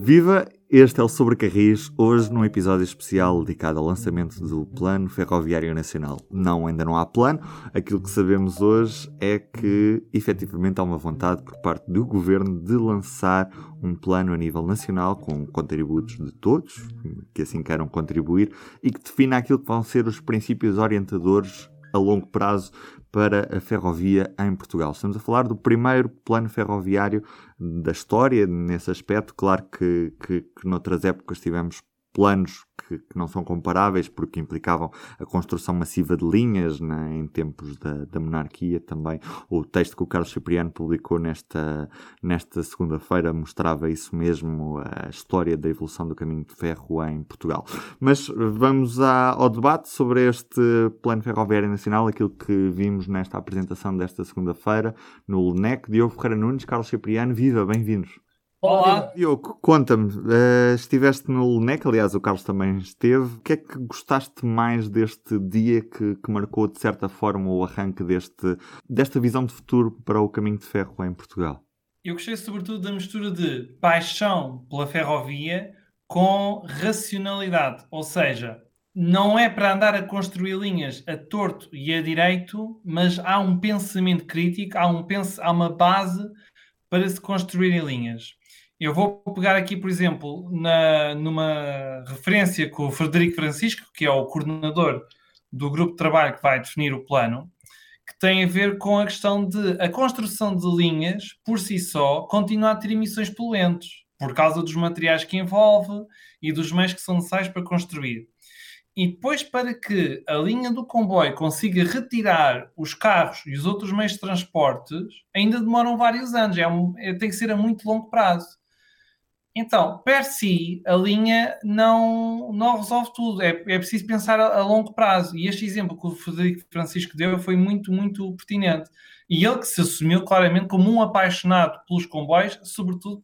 Viva! Este é o Sobre Carris, hoje num episódio especial dedicado ao lançamento do Plano Ferroviário Nacional. Não, ainda não há plano. Aquilo que sabemos hoje é que, efetivamente, há uma vontade por parte do Governo de lançar um plano a nível nacional com contributos de todos, que assim queiram contribuir, e que defina aquilo que vão ser os princípios orientadores a longo prazo para a ferrovia em Portugal. Estamos a falar do primeiro plano ferroviário da história nesse aspecto. Claro que noutras épocas tivemos planos que não são comparáveis porque implicavam a construção massiva de linhas, né, em tempos da monarquia também. O texto que o Carlos Cipriano publicou nesta segunda-feira mostrava isso mesmo, a história da evolução do caminho de ferro em Portugal. Mas vamos ao debate sobre este Plano Ferroviário Nacional, aquilo que vimos nesta apresentação desta segunda-feira no LNEC. Diogo Ferreira Nunes, Carlos Cipriano, viva, bem-vindos. Olá! Diogo, conta-me, estiveste no LNEC, aliás o Carlos também esteve, o que é que gostaste mais deste dia que marcou de certa forma o arranque desta visão de futuro para o caminho de ferro em Portugal? Eu gostei sobretudo da mistura de paixão pela ferrovia com racionalidade, ou seja, não é para andar a construir linhas a torto e a direito, mas há um pensamento crítico, há uma base para se construírem linhas. Eu vou pegar aqui, por exemplo, numa referência com o Frederico Francisco, que é o coordenador do grupo de trabalho que vai definir o plano, que tem a ver com a questão de a construção de linhas, por si só, continuar a ter emissões poluentes, por causa dos materiais que envolve e dos meios que são necessários para construir. E depois, para que a linha do comboio consiga retirar os carros e os outros meios de transportes, ainda demoram vários anos. Tem que ser a muito longo prazo. Então, per si, a linha não resolve tudo. É preciso pensar a longo prazo. E este exemplo que o Frederico Francisco deu foi muito, muito pertinente. E ele que se assumiu claramente como um apaixonado pelos comboios, sobretudo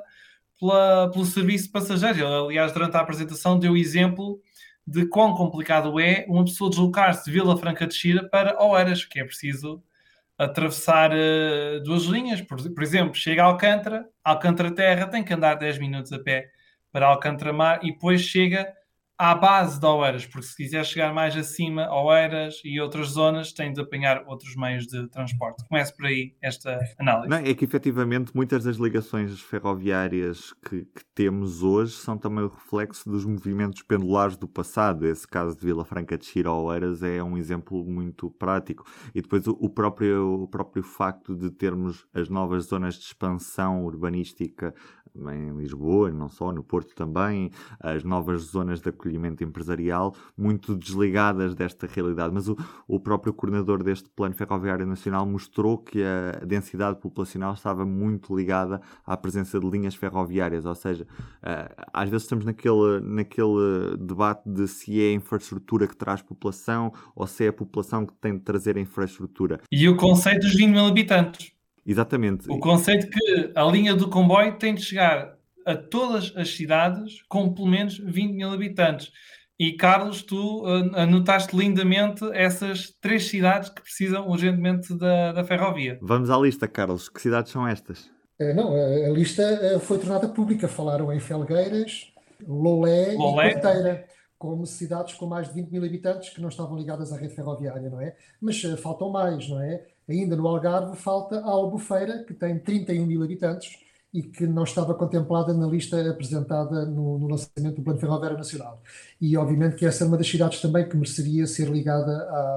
pelo serviço de passageiros. Ele, aliás, durante a apresentação deu o exemplo de quão complicado é uma pessoa deslocar-se de Vila Franca de Xira para Oeiras, que é preciso atravessar duas linhas. Por exemplo, chega a Alcântara Terra, tem que andar 10 minutos a pé para Alcântara Mar e depois chega à base de Oeiras, porque se quiser chegar mais acima, Oeiras e outras zonas, tem de apanhar outros meios de transporte. Começo por aí esta análise. Não, é que efetivamente muitas das ligações ferroviárias que temos hoje são também o reflexo dos movimentos pendulares do passado. Esse caso de Vila Franca de Xira a Oeiras é um exemplo muito prático. E depois o próprio facto de termos as novas zonas de expansão urbanística em Lisboa, não só, no Porto também, as novas zonas de acolhimento empresarial, muito desligadas desta realidade. Mas o próprio coordenador deste Plano Ferroviário Nacional mostrou que a densidade populacional estava muito ligada à presença de linhas ferroviárias, ou seja, às vezes estamos naquele debate de se é a infraestrutura que traz população ou se é a população que tem de trazer a infraestrutura. E o conceito dos 20 mil habitantes. Exatamente. O conceito que a linha do comboio tem de chegar a todas as cidades com pelo menos 20 mil habitantes. E, Carlos, tu anotaste lindamente essas 3 cidades que precisam urgentemente da ferrovia. Vamos à lista, Carlos. Que cidades são estas? Não, a lista foi tornada pública. Falaram em Felgueiras, Lolé e Quarteira, como cidades com mais de 20 mil habitantes que não estavam ligadas à rede ferroviária, não é? Mas faltam mais, não é? Ainda no Algarve falta a Albufeira, que tem 31 mil habitantes e que não estava contemplada na lista apresentada no lançamento do Plano Ferroviário Nacional. E, obviamente, que essa é uma das cidades também que mereceria ser ligada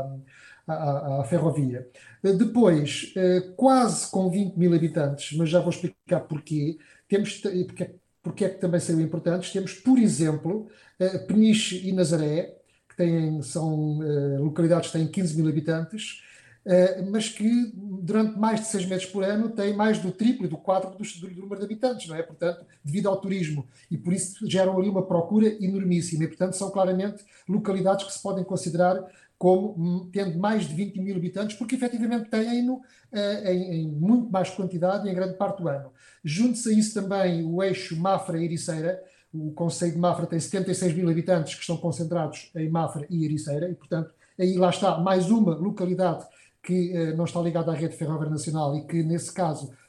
à ferrovia. Depois, quase com 20 mil habitantes, mas já vou explicar porquê, porque é que também são importantes. Temos, por exemplo, Peniche e Nazaré, que são localidades que têm 15 mil habitantes, mas que durante mais de 6 meses por ano têm mais do triplo, do quádruplo do número de habitantes, não é? Portanto, devido ao turismo. E por isso geram ali uma procura enormíssima. E, portanto, são claramente localidades que se podem considerar como tendo mais de 20 mil habitantes, porque efetivamente têm-no em muito mais quantidade e em grande parte do ano. Junte-se a isso também o eixo Mafra-Ericeira. O concelho de Mafra tem 76 mil habitantes que estão concentrados em Mafra e Ericeira, e, portanto, aí lá está mais uma localidade que não está ligada à rede ferroviária nacional e que, nesse caso,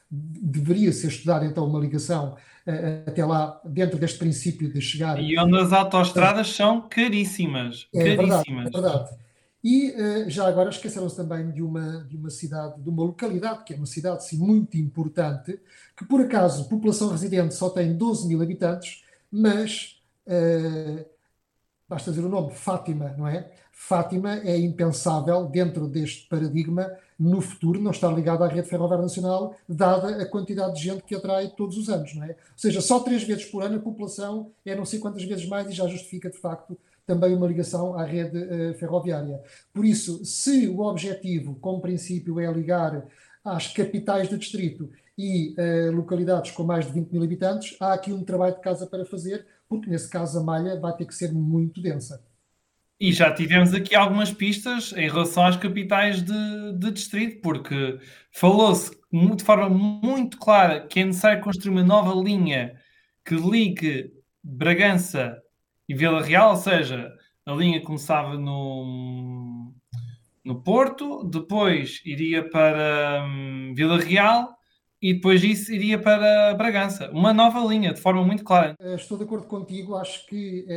deveria ser estudada então uma ligação até lá, dentro deste princípio de chegar. E onde as autoestradas são caríssimas. É verdade, Caríssimas. é verdade. E já agora esqueceram-se também de uma cidade, de uma localidade, que é uma cidade sim, muito importante, que por acaso, população residente só tem 12 mil habitantes, mas basta dizer o nome, Fátima, não é? Fátima é impensável dentro deste paradigma no futuro não estar ligado à rede ferroviária nacional, dada a quantidade de gente que atrai todos os anos, não é? Ou seja, só 3 vezes por ano a população é não sei quantas vezes mais e já justifica de facto também uma ligação à rede ferroviária. Por isso, se o objetivo, como princípio, é ligar às capitais do distrito e localidades com mais de 20 mil habitantes, há aqui um trabalho de casa para fazer, porque nesse caso a malha vai ter que ser muito densa. E já tivemos aqui algumas pistas em relação às capitais de distrito, porque falou-se de forma muito clara que é necessário construir uma nova linha que ligue Bragança e Vila Real, ou seja, a linha começava no Porto, depois iria para Vila Real e depois disso iria para Bragança. Uma nova linha, de forma muito clara. Estou de acordo contigo, acho que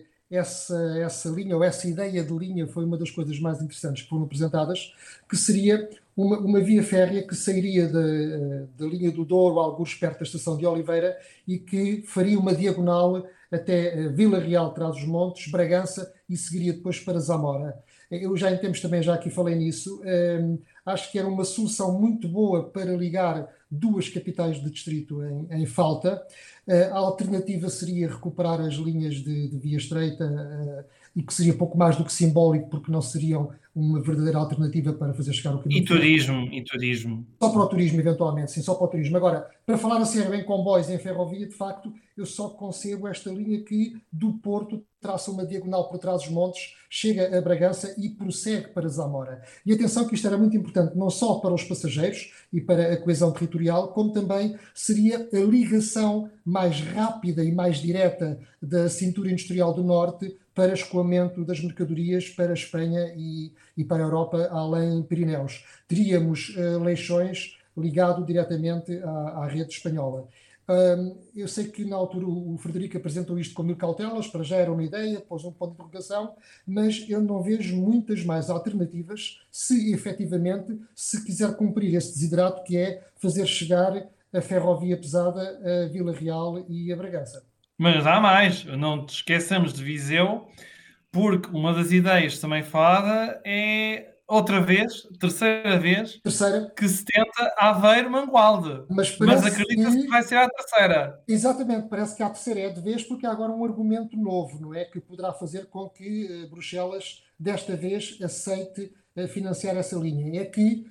essa linha ou essa ideia de linha foi uma das coisas mais interessantes que foram apresentadas, que seria uma via férrea que sairia da linha do Douro, alguns perto da estação de Oliveira, e que faria uma diagonal até Vila Real, Trás-os-Montes, Bragança e seguiria depois para Zamora. Eu já em tempos também já aqui falei nisso, acho que era uma solução muito boa para ligar duas capitais de distrito em falta. A alternativa seria recuperar as linhas de via estreita e que seria pouco mais do que simbólico, porque não seriam uma verdadeira alternativa para fazer chegar o caminho. E turismo. Só para o turismo, eventualmente, sim, só para o turismo. Agora, para falar assim em comboios em ferrovia, de facto, eu só concebo esta linha que do Porto traça uma diagonal por trás dos montes, chega a Bragança e prossegue para Zamora. E atenção que isto era muito importante, não só para os passageiros e para a coesão territorial, como também seria a ligação mais rápida e mais direta da cintura industrial do Norte para escoamento das mercadorias para a Espanha e para a Europa, além Pirineus. Teríamos Leixões ligado diretamente à rede espanhola. Eu sei que na altura o Frederico apresentou isto com 1000 cautelas, para já era uma ideia, pôs um ponto de interrogação, mas eu não vejo muitas mais alternativas se efetivamente se quiser cumprir esse desiderato que é fazer chegar a ferrovia pesada a Vila Real e a Bragança. Mas há mais, não te esqueçamos de Viseu, porque uma das ideias também falada é outra vez, terceira vez, que se tenta Aveiro-Mangualde. Mas acredita-se que vai ser a terceira. Exatamente, parece que a terceira é de vez, porque há agora um argumento novo, não é? Que poderá fazer com que Bruxelas, desta vez, aceite financiar essa linha. É que,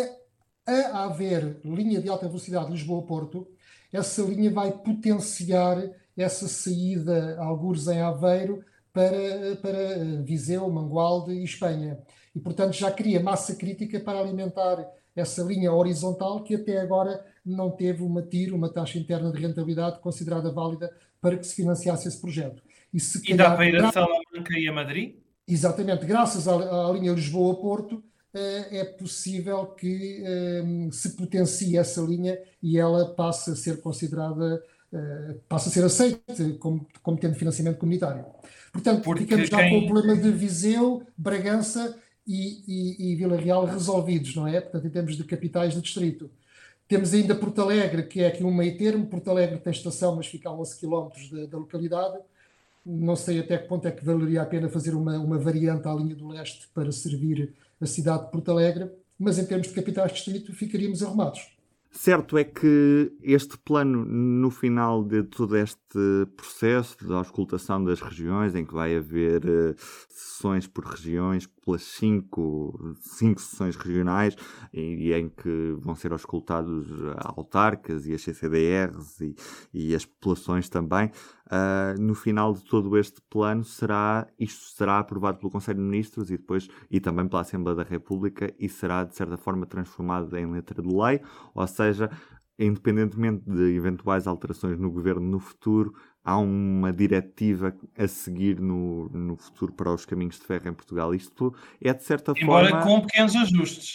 a haver linha de alta velocidade Lisboa-Porto, essa linha vai potenciar essa saída, algures em Aveiro, para Viseu, Mangualde e Espanha. E, portanto, já cria massa crítica para alimentar essa linha horizontal que até agora não teve uma TIR, uma taxa interna de rentabilidade considerada válida para que se financiasse esse projeto. E dá para ir a Salamanca e a Madrid? Exatamente. Graças à linha Lisboa-Porto, é possível que se potencie essa linha e ela passe a ser considerada, passe a ser aceita como tendo financiamento comunitário. Portanto, ficamos já com o problema de Viseu, Bragança e Vila Real resolvidos, não é? Portanto, em termos de capitais de distrito. Temos ainda Porto Alegre, que é aqui um meio termo. Porto Alegre tem estação, mas fica a 11 km da localidade. Não sei até que ponto é que valeria a pena fazer uma variante à linha do leste para servir a cidade de Porto Alegre, mas em termos de capitais de distrito ficaríamos arrumados. Certo é que este plano, no final de todo este processo da auscultação das regiões, em que vai haver sessões por regiões, pelas cinco sessões regionais, e em que vão ser auscultados autarcas e as CCDRs e as populações também, no final de todo este plano isto será aprovado pelo Conselho de Ministros e também pela Assembleia da República e será, de certa forma, transformado em letra de lei, ou seja, independentemente de eventuais alterações no Governo no futuro, há uma diretiva a seguir no futuro para os caminhos de ferro em Portugal. Isto é, de certa forma... Embora com pequenos ajustes.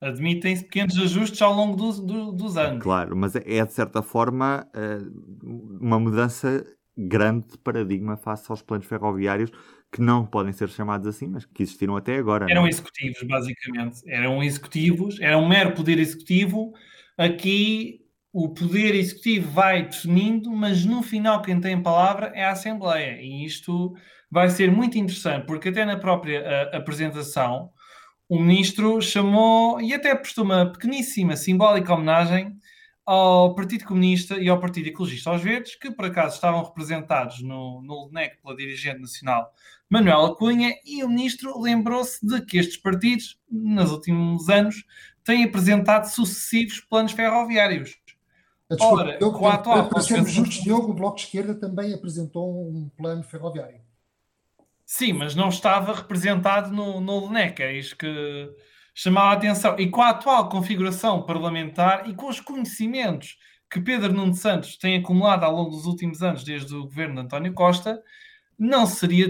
Admitem-se pequenos ajustes ao longo dos anos. Claro, mas é de certa forma uma mudança grande de paradigma face aos planos ferroviários que não podem ser chamados assim, mas que existiram até agora. Eram executivos, basicamente. Eram executivos, era um mero poder executivo. Aqui o poder executivo vai definindo, mas no final quem tem palavra é a Assembleia. E isto vai ser muito interessante, porque até na própria apresentação o ministro chamou e até prestou uma pequeníssima, simbólica homenagem ao Partido Comunista e ao Partido Ecologista aos Verdes, que por acaso estavam representados no LNEC pela dirigente nacional Manuela Cunha, e o ministro lembrou-se de que estes partidos, nos últimos anos, têm apresentado sucessivos planos ferroviários. Desculpa, ora, com a atual para sermos justos, Diogo, o Bloco de Esquerda também apresentou um plano ferroviário. Sim, mas não estava representado no LNEC, é isso que chamava a atenção. E com a atual configuração parlamentar e com os conhecimentos que Pedro Nuno Santos tem acumulado ao longo dos últimos anos, desde o governo de António Costa, não seria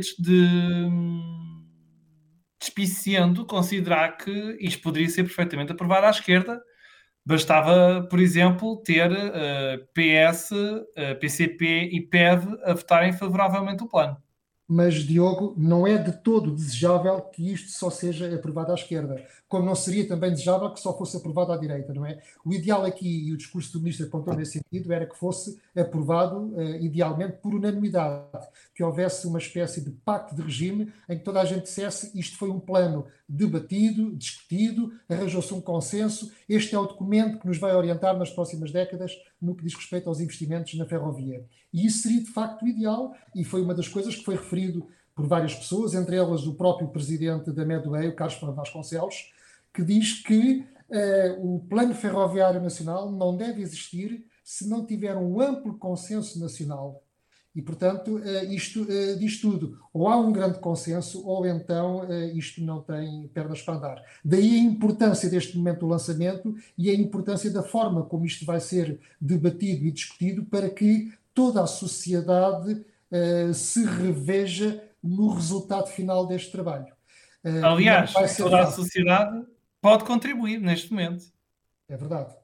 despiciando considerar que isto poderia ser perfeitamente aprovado à esquerda. Bastava, por exemplo, ter PS, PCP e PEV a votarem favoravelmente o plano. Mas, Diogo, não é de todo desejável que isto só seja aprovado à esquerda, como não seria também desejável que só fosse aprovado à direita, não é? O ideal aqui, e o discurso do ministro apontou nesse sentido, era que fosse aprovado, idealmente, por unanimidade, que houvesse uma espécie de pacto de regime em que toda a gente dissesse isto foi um plano debatido, discutido, arranjou-se um consenso, este é o documento que nos vai orientar nas próximas décadas no que diz respeito aos investimentos na ferrovia. E isso seria de facto o ideal, e foi uma das coisas que foi referido por várias pessoas, entre elas o próprio presidente da Medway, o Carlos Vasconcelos, que diz que o Plano Ferroviário Nacional não deve existir se não tiver um amplo consenso nacional. E, portanto, isto diz tudo. Ou há um grande consenso, ou então isto não tem pernas para andar. Daí a importância deste momento do lançamento e a importância da forma como isto vai ser debatido e discutido para que toda a sociedade se reveja no resultado final deste trabalho. Aliás, toda a sociedade pode contribuir neste momento. É verdade.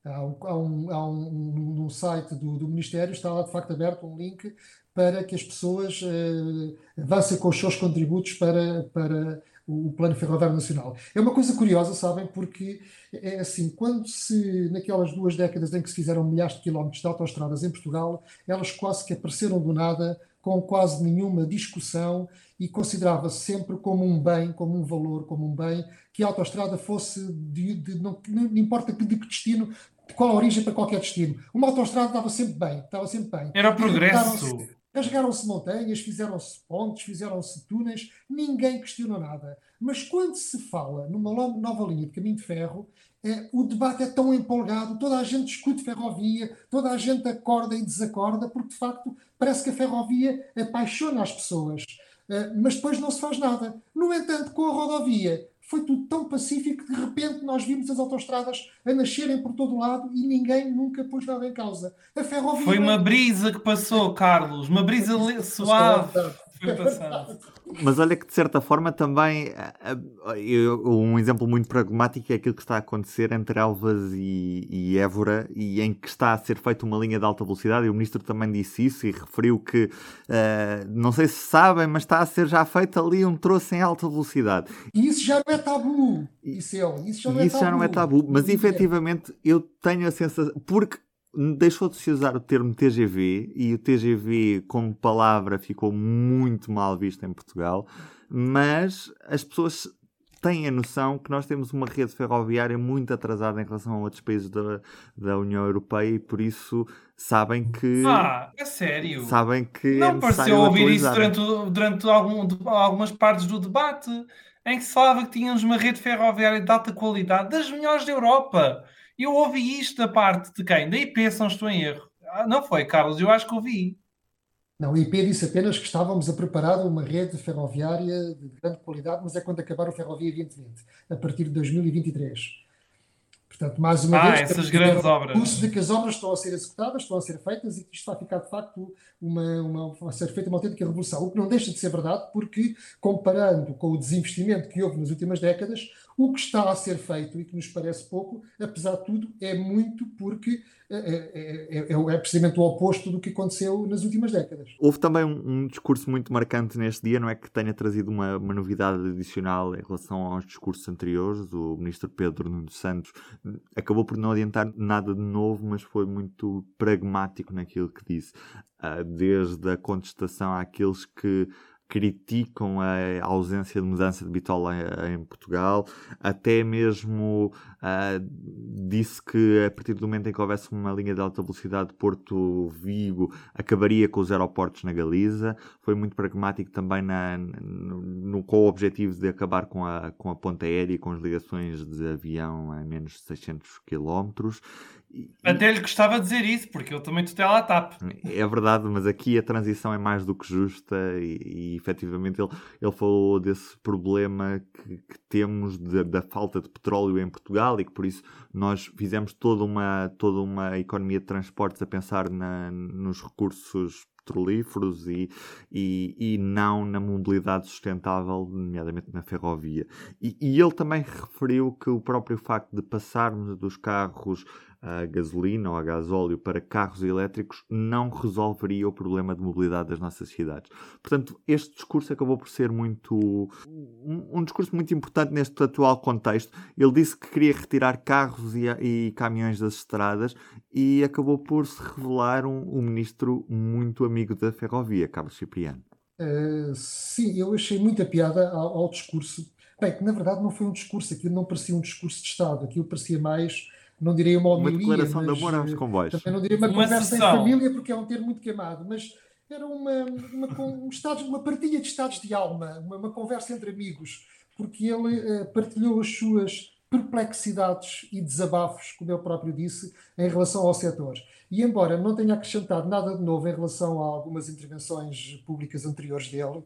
No site do Ministério está lá de facto aberto um link para que as pessoas avancem com os seus contributos para o Plano Ferroviário Nacional. É uma coisa curiosa, sabem, porque é assim, quando naquelas 2 décadas em que se fizeram milhares de quilómetros de autoestradas em Portugal, elas quase que apareceram do nada, com quase nenhuma discussão, e considerava-se sempre como um bem, como um valor, como um bem, que a autoestrada fosse, não importa de que destino, de qual a origem para qualquer destino. Uma autoestrada estava sempre bem. Era o progresso. Rasgaram-se montanhas, fizeram-se pontes, fizeram-se túneis, ninguém questionou nada. Mas quando se fala numa nova linha de caminho de ferro, o debate é tão empolgado, toda a gente discute ferrovia, toda a gente acorda e desacorda, porque de facto parece que a ferrovia apaixona as pessoas. Mas depois não se faz nada. No entanto, com a rodovia, foi tudo tão pacífico que de repente nós vimos as autoestradas a nascerem por todo o lado e ninguém nunca pôs nada em causa. A ferrovia foi uma brisa que passou, Carlos, uma brisa suave. Foi passando. Mas olha que de certa forma também um exemplo muito pragmático é aquilo que está a acontecer entre Elvas e Évora, e em que está a ser feita uma linha de alta velocidade, e o ministro também disse isso e referiu que não sei se sabem, mas está a ser já feito ali um troço em alta velocidade. E isso já não é tabu. Isso já não é tabu, mas efetivamente eu tenho a sensação, porque deixou de se usar o termo TGV, e o TGV como palavra ficou muito mal visto em Portugal, mas as pessoas têm a noção que nós temos uma rede ferroviária muito atrasada em relação a outros países da União Europeia, e por isso sabem que... é sério? Sabem que não pareceu ouvir isso durante algumas partes do debate, em que se falava que tínhamos uma rede ferroviária de alta qualidade, das melhores da Europa. Eu ouvi isto da parte de quem? Da IP, se não estou em erro. Não foi, Carlos? Eu acho que ouvi. Não, a IP disse apenas que estávamos a preparar uma rede ferroviária de grande qualidade, mas é quando acabar o Ferrovia 2020, a partir de 2023. Portanto, mais uma vez, essas grandes obras. O curso de que as obras estão a ser executadas, estão a ser feitas e que isto vai ficar, de facto, vai ser feita uma autêntica revolução. O que não deixa de ser verdade, porque, comparando com o desinvestimento que houve nas últimas décadas, o que está a ser feito e que nos parece pouco, apesar de tudo, é muito, porque é precisamente o oposto do que aconteceu nas últimas décadas. Houve também um discurso muito marcante neste dia, não é que tenha trazido uma novidade adicional em relação aos discursos anteriores. O ministro Pedro Nuno Santos acabou por não adiantar nada de novo, mas foi muito pragmático naquilo que disse. Desde a contestação àqueles que criticam a ausência de mudança de bitola em Portugal, até mesmo disse que a partir do momento em que houvesse uma linha de alta velocidade Porto-Vigo, acabaria com os aeroportos na Galiza. Foi muito pragmático também com o objetivo de acabar com a ponte aérea e com as ligações de avião a menos de 600 km. Até lhe gostava de dizer isso, porque ele também tutela a TAP. É verdade, mas aqui a transição é mais do que justa e efetivamente ele falou desse problema que temos da falta de petróleo em Portugal e que por isso nós fizemos toda uma economia de transportes a pensar nos recursos petrolíferos e não na mobilidade sustentável, nomeadamente na ferrovia. E ele também referiu que o próprio facto de passarmos dos carros a gasolina ou a gasóleo para carros elétricos não resolveria o problema de mobilidade das nossas cidades. Portanto, este discurso acabou por ser um discurso muito importante neste atual contexto. Ele disse que queria retirar carros e caminhões das estradas e acabou por se revelar um ministro muito amigo da ferrovia, Carlos Cipriano. Sim, eu achei muita piada ao discurso. Bem, que na verdade não foi um discurso, aquilo não parecia um discurso de Estado, aquilo parecia mais, não direi uma homilia, declaração de amor aos comboios. Também não direi uma conversa sessão em família, porque é um termo muito queimado, mas era uma partilha de estados de alma, uma conversa entre amigos, porque ele partilhou as suas perplexidades e desabafos, como ele próprio disse, em relação ao setor. E embora não tenha acrescentado nada de novo em relação a algumas intervenções públicas anteriores dele,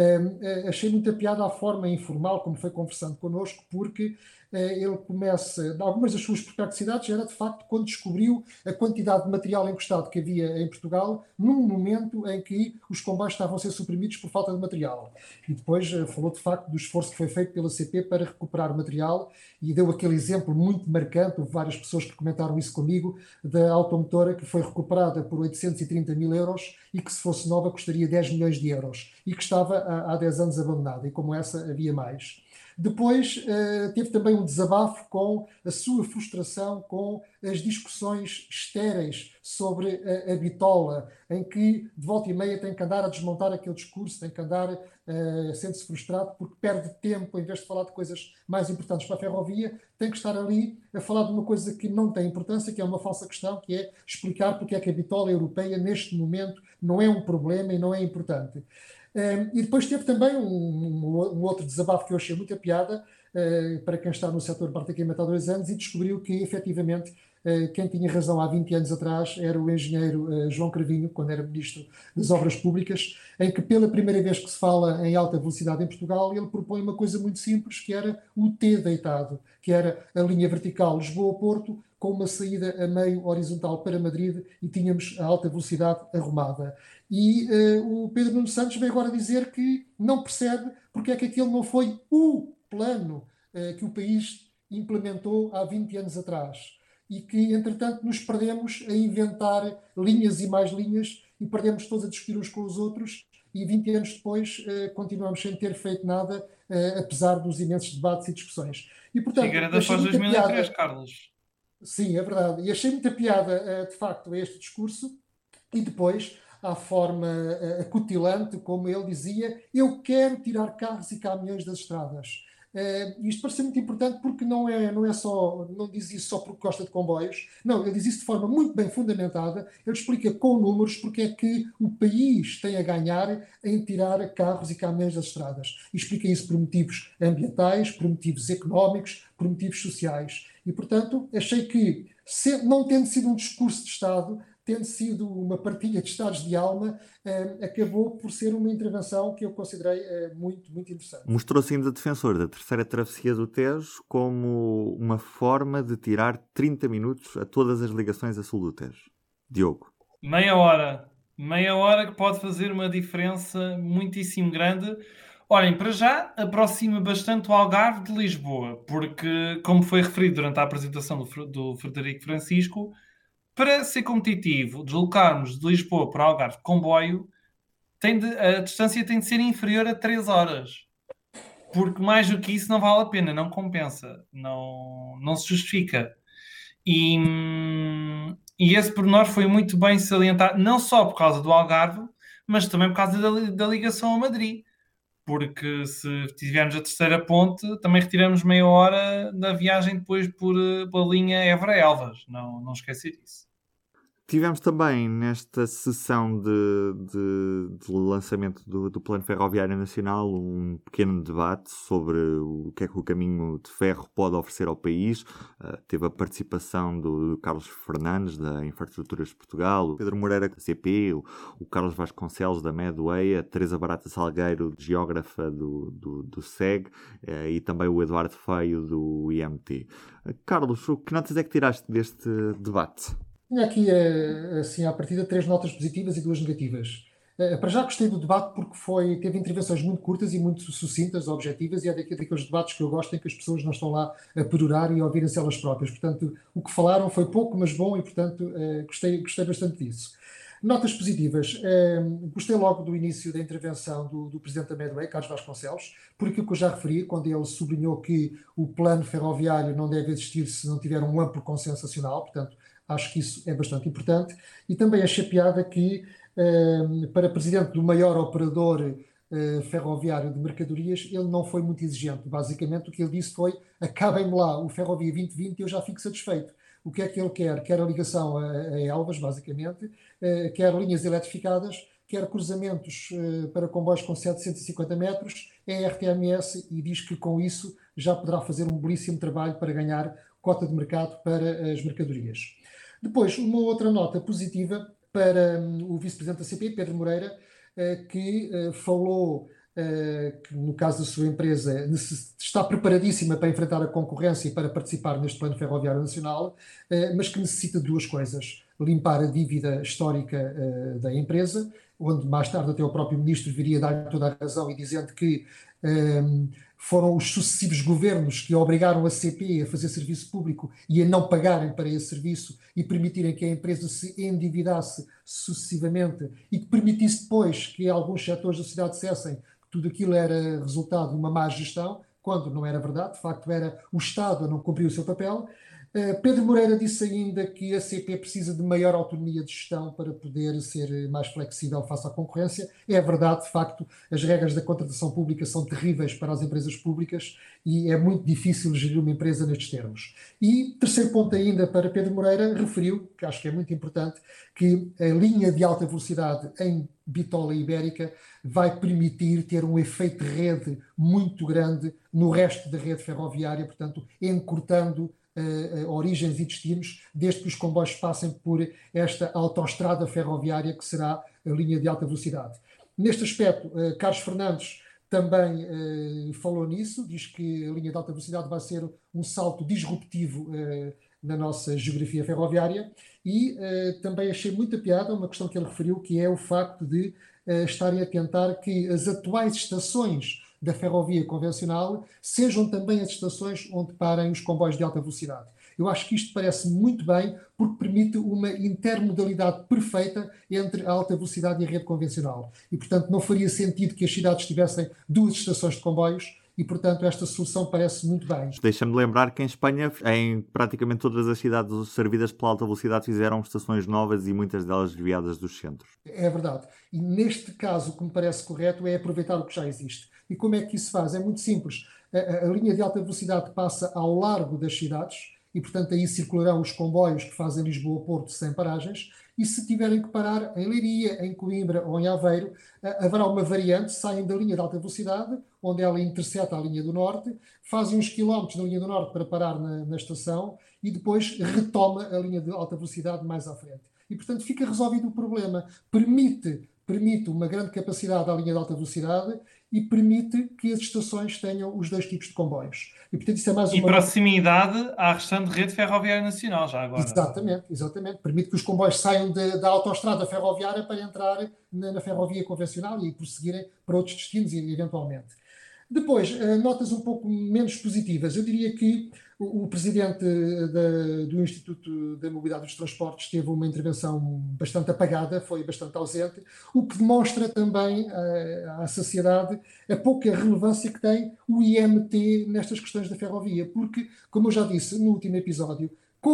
achei muita piada a forma informal como foi conversando connosco, porque ele começa, algumas das suas perplexidades era de facto quando descobriu a quantidade de material encostado que havia em Portugal num momento em que os comboios estavam a ser suprimidos por falta de material. E depois falou de facto do esforço que foi feito pela CP para recuperar o material e deu aquele exemplo muito marcante, houve várias pessoas que comentaram isso comigo, da automotora que foi recuperada por 830 mil euros e que se fosse nova custaria 10 milhões de euros e que estava há 10 anos abandonada, e como essa havia mais. Depois teve também um desabafo com a sua frustração com as discussões estéreis sobre a bitola, em que de volta e meia tem que andar a desmontar aquele discurso, tem que andar, sente-se frustrado porque perde tempo, em vez de falar de coisas mais importantes para a ferrovia, tem que estar ali a falar de uma coisa que não tem importância, que é uma falsa questão, que é explicar porque é que a bitola europeia neste momento não é um problema e não é importante. E depois teve também um outro desabafo que eu achei muita piada para quem está no setor praticamente há 2 anos e descobriu que, efetivamente, quem tinha razão há 20 anos atrás era o engenheiro João Cravinho, quando era Ministro das Obras Públicas, em que pela primeira vez que se fala em alta velocidade em Portugal, ele propõe uma coisa muito simples, que era o T deitado, que era a linha vertical Lisboa-Porto, com uma saída a meio horizontal para Madrid e tínhamos a alta velocidade arrumada. E o Pedro Nuno Santos veio agora dizer que não percebe porque é que aquele não foi o plano que o país implementou há 20 anos atrás. E que, entretanto, nos perdemos a inventar linhas e mais linhas e perdemos todos a discutir uns com os outros e 20 anos depois continuamos sem ter feito nada, apesar dos imensos debates e discussões. E, portanto, Figueiredo após 2003, Carlos. Sim, é verdade. E achei muita piada, de facto, a este discurso e depois à forma acutilante, como ele dizia, eu quero tirar carros e caminhões das estradas. Isto parece muito importante porque não diz isso só porque gosta de comboios, não, ele diz isso de forma muito bem fundamentada, ele explica com números porque é que o país tem a ganhar em tirar carros e caminhões das estradas. E explica isso por motivos ambientais, por motivos económicos, por motivos sociais. E, portanto, achei que, não tendo sido um discurso de Estado, tendo sido uma partilha de estados de alma, acabou por ser uma intervenção que eu considerei muito, muito interessante. Mostrou-se ainda defensor da terceira travessia do Tejo como uma forma de tirar 30 minutos a todas as ligações a sul do Tejo. Diogo. Meia hora que pode fazer uma diferença muitíssimo grande. Olhem, para já aproxima bastante o Algarve de Lisboa, porque, como foi referido durante a apresentação do Frederico Francisco, para ser competitivo, deslocarmos de Lisboa para o Algarve de comboio, a distância tem de ser inferior a 3 horas. Porque mais do que isso não vale a pena, não compensa, não se justifica. E esse pormenor foi muito bem salientado, não só por causa do Algarve, mas também por causa da ligação a Madrid. Porque se tivermos a terceira ponte, também retiramos meia hora da viagem depois pela linha Évora-Elvas. Não esquecer disso. Tivemos também nesta sessão de lançamento do Plano Ferroviário Nacional um pequeno debate sobre o que é que o caminho de ferro pode oferecer ao país. Teve a participação do Carlos Fernandes, da Infraestruturas de Portugal, o Pedro Moreira, da CP, o Carlos Vasconcelos, da Medway, a Teresa Barata Salgueiro, geógrafa do SEG, e também o Eduardo Feio, do IMT. Carlos, que notas é que tiraste deste debate? Tinha aqui, assim, à partida, 3 notas positivas e 2 negativas. Para já gostei do debate porque teve intervenções muito curtas e muito sucintas, objetivas, e é daqueles debates que eu gosto em que as pessoas não estão lá a perorar e a ouvirem-se elas próprias. Portanto, o que falaram foi pouco, mas bom, e, portanto, gostei bastante disso. Notas positivas. Gostei logo do início da intervenção do Presidente da Medway, Carlos Vasconcelos, por aquilo que eu já referi, quando ele sublinhou que o plano ferroviário não deve existir se não tiver um amplo consenso nacional. Portanto, acho que isso é bastante importante. E também achei piada que, para presidente do maior operador ferroviário de mercadorias, ele não foi muito exigente. Basicamente, o que ele disse foi: acabem-me lá o Ferrovia 2020 e eu já fico satisfeito. O que é que ele quer? Quer a ligação a Elvas, basicamente, quer linhas eletrificadas, quer cruzamentos para comboios com 750 metros, é RTMS, e diz que com isso já poderá fazer um belíssimo trabalho para ganhar cota de mercado para as mercadorias. Depois, uma outra nota positiva para o vice-presidente da CP, Pedro Moreira, que falou que, no caso da sua empresa, está preparadíssima para enfrentar a concorrência e para participar neste Plano Ferroviário Nacional, mas que necessita de 2 coisas: limpar a dívida histórica da empresa, onde mais tarde até o próprio ministro viria dar toda a razão e dizendo que foram os sucessivos governos que obrigaram a CP a fazer serviço público e a não pagarem para esse serviço e permitirem que a empresa se endividasse sucessivamente, e que permitisse depois que alguns setores da sociedade dissessem que tudo aquilo era resultado de uma má gestão, quando não era verdade. De facto, era o Estado a não cumprir o seu papel. Pedro Moreira disse ainda que a CP precisa de maior autonomia de gestão para poder ser mais flexível face à concorrência. É verdade, de facto, as regras da contratação pública são terríveis para as empresas públicas e é muito difícil gerir uma empresa nestes termos. E terceiro ponto ainda para Pedro Moreira, referiu, que acho que é muito importante, que a linha de alta velocidade em Bitola e Ibérica vai permitir ter um efeito de rede muito grande no resto da rede ferroviária, portanto, encurtando origens e destinos, desde que os comboios passem por esta autoestrada ferroviária que será a linha de alta velocidade. Neste aspecto, Carlos Fernandes também falou nisso, diz que a linha de alta velocidade vai ser um salto disruptivo na nossa geografia ferroviária, e também achei muita piada uma questão que ele referiu, que é o facto de estarem a tentar que as atuais estações da ferrovia convencional sejam também as estações onde parem os comboios de alta velocidade. Eu acho que isto parece muito bem, porque permite uma intermodalidade perfeita entre a alta velocidade e a rede convencional. E, portanto, não faria sentido que as cidades tivessem 2 estações de comboios, e, portanto, esta solução parece muito bem. Deixa-me lembrar que em Espanha, em praticamente todas as cidades servidas pela alta velocidade, fizeram estações novas e muitas delas desviadas dos centros. É verdade. E neste caso, o que me parece correto é aproveitar o que já existe. E como é que isso se faz? É muito simples. A linha de alta velocidade passa ao largo das cidades e, portanto, aí circularão os comboios que fazem Lisboa-Porto sem paragens, e se tiverem que parar em Leiria, em Coimbra ou em Aveiro, haverá uma variante: saem da linha de alta velocidade, onde ela intercepta a linha do Norte, fazem uns quilómetros na linha do Norte para parar na estação e depois retoma a linha de alta velocidade mais à frente. E, portanto, fica resolvido o problema. Permite uma grande capacidade à linha de alta velocidade e permite que as estações tenham os dois tipos de comboios. E, portanto, isso é mais E uma... proximidade à restante rede ferroviária nacional, já agora. Exatamente. Permite que os comboios saiam da autoestrada ferroviária para entrar na ferrovia convencional e prosseguirem para outros destinos, eventualmente. Depois, notas um pouco menos positivas. Eu diria que o presidente do Instituto da Mobilidade dos Transportes teve uma intervenção bastante apagada, foi bastante ausente, o que demonstra também à sociedade a pouca relevância que tem o IMT nestas questões da ferrovia, porque, como eu já disse no último episódio,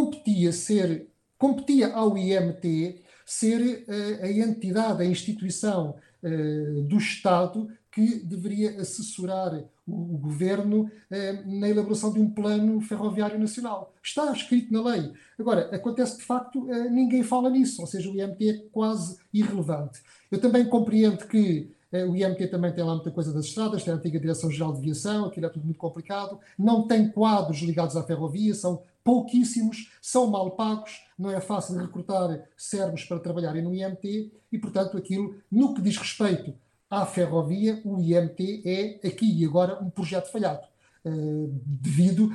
competia ao IMT ser a entidade, a instituição do Estado que deveria assessorar o governo na elaboração de um plano ferroviário nacional. Está escrito na lei. Agora, acontece que, de facto, ninguém fala nisso, ou seja, o IMT é quase irrelevante. Eu também compreendo que o IMT também tem lá muita coisa das estradas, tem a antiga Direção-Geral de Aviação, aquilo é tudo muito complicado, não tem quadros ligados à ferrovia, são pouquíssimos, são mal pagos, não é fácil de recrutar servos para trabalharem no IMT e, portanto, aquilo, no que diz respeito à ferrovia, o IMT é aqui e agora um projeto falhado, devido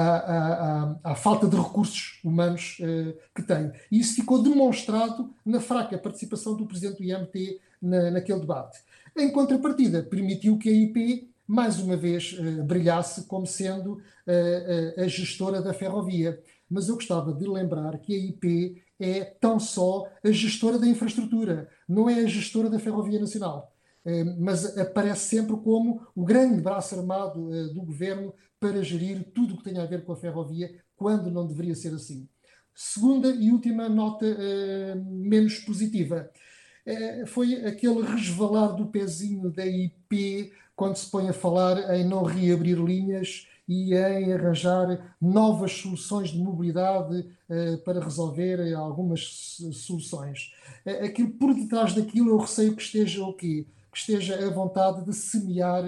à falta de recursos humanos que tem. E isso ficou demonstrado na fraca participação do presidente do IMT naquele debate. Em contrapartida, permitiu que a IP, mais uma vez, brilhasse como sendo a gestora da ferrovia. Mas eu gostava de lembrar que a IP é tão só a gestora da infraestrutura, não é a gestora da Ferrovia Nacional. Mas aparece sempre como o grande braço armado do governo para gerir tudo o que tem a ver com a ferrovia, quando não deveria ser assim. Segunda e última nota menos positiva. Foi aquele resvalar do pezinho da IP quando se põe a falar em não reabrir linhas e em arranjar novas soluções de mobilidade para resolver algumas soluções. Aquilo, por detrás daquilo, eu receio que esteja o quê? Que esteja a vontade de semear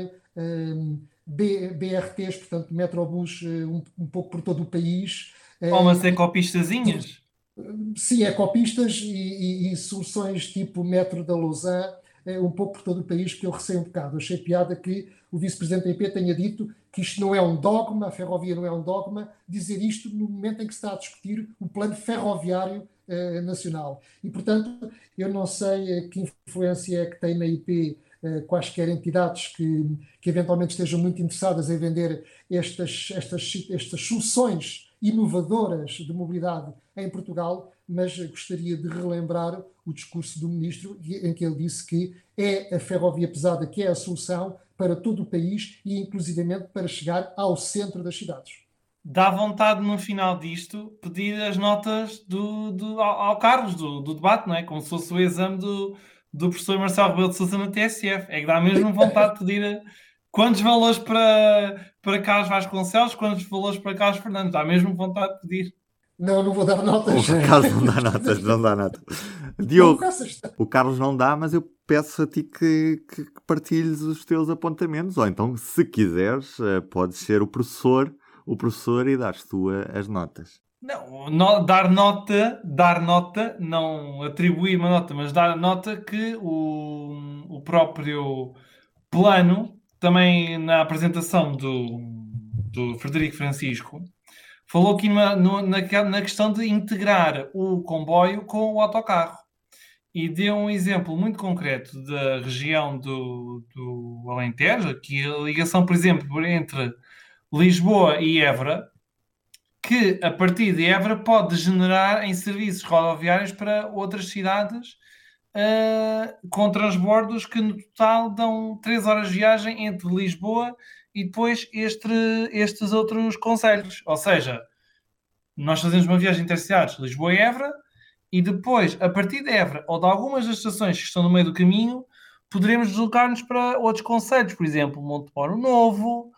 BRTs, portanto, metrobus um pouco por todo o país. Ou umas ecopistazinhas? Sim, ecopistas e soluções tipo metro da Lausanne, um pouco por todo o país, que eu receio um bocado. Achei piada que o vice-presidente da IP tenha dito que isto não é um dogma, a ferrovia não é um dogma, dizer isto no momento em que se está a discutir o plano ferroviário nacional. E, portanto, eu não sei que influência é que tem na IP quaisquer entidades que eventualmente estejam muito interessadas em vender estas soluções inovadoras de mobilidade em Portugal, mas gostaria de relembrar o discurso do ministro em que ele disse que é a ferrovia pesada que é a solução para todo o país e inclusivamente para chegar ao centro das cidades. Dá vontade no final disto pedir as notas ao Carlos do debate, não é? Como se fosse o exame do professor Marcelo Rebelo de Sousa na TSF. É que dá mesmo vontade de pedir quantos valores para Carlos Vasconcelos, quantos valores para Carlos Fernandes. Dá mesmo vontade de pedir. Não vou dar notas. O Carlos não dá notas. Diogo, o Carlos não dá, mas eu peço a ti que partilhes os teus apontamentos. Ou então, se quiseres, podes ser o professor e dares tu as notas. Não, dar nota, não atribuir uma nota, mas dar nota que o próprio plano, também na apresentação do Frederico Francisco, falou aqui na questão de integrar o comboio com o autocarro. E deu um exemplo muito concreto da região do Alentejo, que a ligação, por exemplo, entre Lisboa e Évora, que a partir de Évora pode degenerar em serviços rodoviários para outras cidades com transbordos que no total dão 3 horas de viagem entre Lisboa e depois estes outros concelhos. Ou seja, nós fazemos uma viagem intercidades Lisboa e Évora e depois, a partir de Évora ou de algumas das estações que estão no meio do caminho, poderemos deslocar-nos para outros concelhos, por exemplo, Montemoro Novo.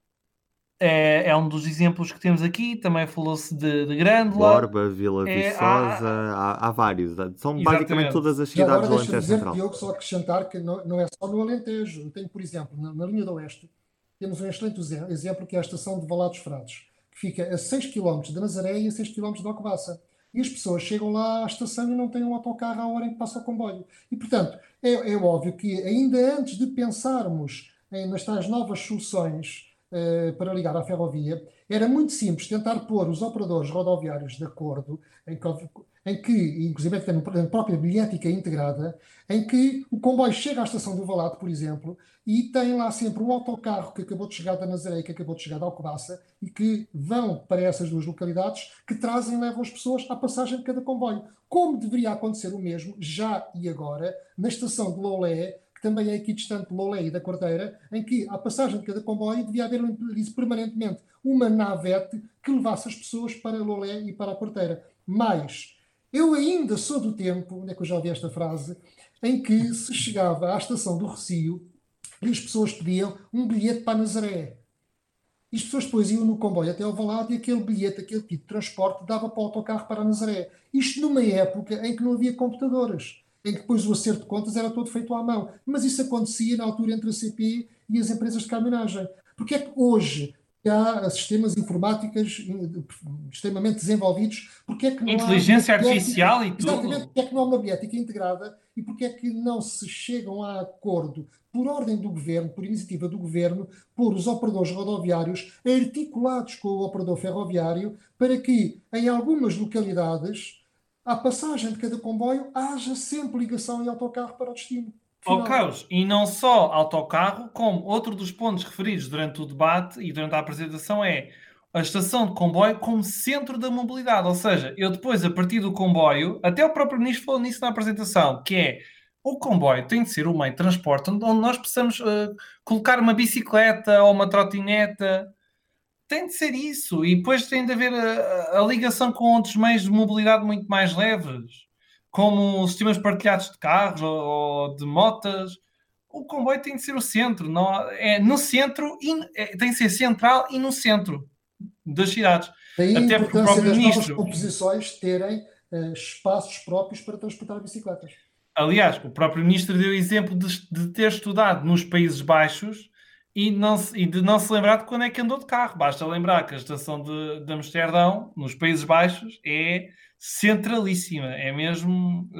É um dos exemplos que temos aqui. Também falou-se de Grândola, Borba, Vila Viçosa, há vários. São exatamente basicamente todas as cidades do Alentejo Central. Diogo, só acrescentar que não é só no Alentejo. Eu tenho, por exemplo, na linha do Oeste, temos um excelente exemplo que é a estação de Valados Frades, que fica a 6 km de Nazaré e a 6 km de Alcobaça. e as pessoas chegam lá à estação e não têm um autocarro à hora em que passa o comboio. E, portanto, é óbvio que ainda antes de pensarmos nas tais novas soluções para ligar à ferrovia, era muito simples tentar pôr os operadores rodoviários de acordo em que, inclusive tem a própria bilhética integrada, em que o comboio chega à estação do Valado, por exemplo, e tem lá sempre um autocarro que acabou de chegar da Nazaré e que acabou de chegar de Alcobaça e que vão para essas duas localidades, que trazem e levam as pessoas à passagem de cada comboio. Como deveria acontecer o mesmo, já e agora, na estação de Loulé, que também é aqui distante de Loulé e da Quarteira, em que, à passagem de cada comboio, devia haver permanentemente uma navete que levasse as pessoas para Loulé e para a Quarteira. Mas eu ainda sou do tempo, onde é que eu já ouvi esta frase, em que se chegava à estação do Rossio e as pessoas pediam um bilhete para Nazaré. E as pessoas depois iam no comboio até ao Valado e aquele bilhete, aquele tipo de transporte, dava para o autocarro para Nazaré. Isto numa época em que não havia computadores, em que depois o acerto de contas era todo feito à mão. Mas isso acontecia na altura entre a CP e as empresas de caminhonagem. Porque é que hoje há sistemas informáticos extremamente desenvolvidos? Porque é que não inteligência há artificial e tudo? Exatamente, porque é que não há uma bilhética integrada e porque é que não se chegam a acordo por ordem do governo, por iniciativa do governo, por os operadores rodoviários articulados com o operador ferroviário para que, em algumas localidades, à passagem de cada comboio, haja sempre ligação em autocarro para o destino final. Carlos, e não só autocarro, como outro dos pontos referidos durante o debate e durante a apresentação é a estação de comboio como centro da mobilidade. Ou seja, eu depois, a partir do comboio, até o próprio ministro falou nisso na apresentação, que é o comboio tem de ser o meio de transporte onde nós possamos colocar uma bicicleta ou uma trotineta. Tem de ser isso. E depois tem de haver a ligação com outros meios de mobilidade muito mais leves, como sistemas partilhados de carros ou de motas. O comboio tem de ser o centro. Não, é no centro, tem de ser central e no centro das cidades. Daí a Até porque o importância próprio das novas ministro... composições terem espaços próprios para transportar bicicletas. Aliás, o próprio ministro deu exemplo de ter estudado nos Países Baixos e de não se lembrar de quando é que andou de carro. Basta lembrar que a estação de Amsterdão, nos Países Baixos, é centralíssima. É mesmo...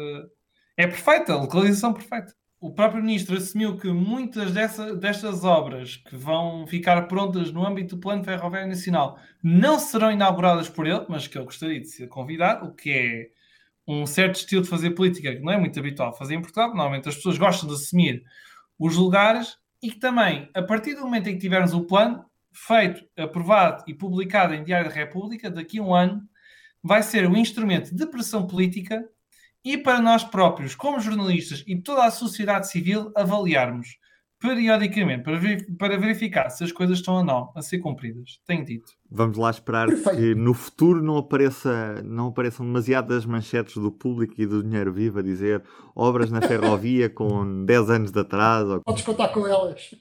é perfeita, a localização perfeita. O próprio ministro assumiu que muitas destas obras que vão ficar prontas no âmbito do Plano Ferroviário Nacional não serão inauguradas por ele, mas que ele gostaria de ser convidado, o que é um certo estilo de fazer política que não é muito habitual fazer em Portugal. Normalmente as pessoas gostam de assumir os lugares e que também, a partir do momento em que tivermos o plano feito, aprovado e publicado em Diário da República, daqui a um ano, vai ser um instrumento de pressão política e para nós próprios, como jornalistas e toda a sociedade civil, avaliarmos periodicamente para verificar se as coisas estão ou não a ser cumpridas. Tenho dito. Vamos lá esperar que no futuro não apareçam demasiadas manchetes do Público e do Dinheiro Vivo a dizer obras na ferrovia com 10 anos de atraso. Podes contar com elas.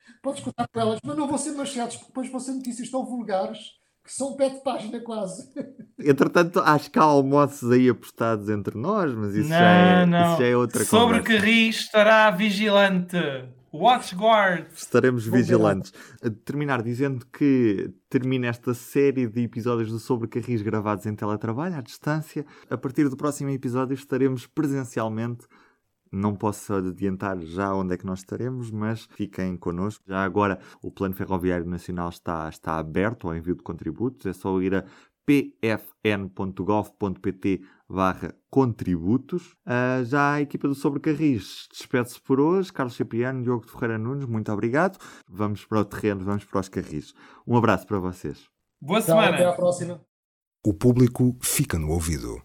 Mas não vão ser manchetes, porque depois vão ser notícias tão vulgares que são um pé de página quase. Entretanto, acho que há almoços aí apostados entre nós, mas isso já é outra coisa. Sobre Carris estará vigilante. Watchguard. Estaremos vigilantes. A terminar dizendo que termina esta série de episódios do Sobre Carris gravados em teletrabalho, à distância. A partir do próximo episódio estaremos presencialmente. Não posso adiantar já onde é que nós estaremos, mas fiquem connosco. Já agora o Plano Ferroviário Nacional está aberto ao envio de contributos. É só ir a pfn.gov.pt/contributos. Já a equipa do Sobre Carris despede-se por hoje. Carlos Cipriano, Diogo de Ferreira Nunes, muito obrigado. Vamos para o terreno, vamos para os Carris. Um abraço para vocês. Boa semana. Até à próxima. O público fica no ouvido.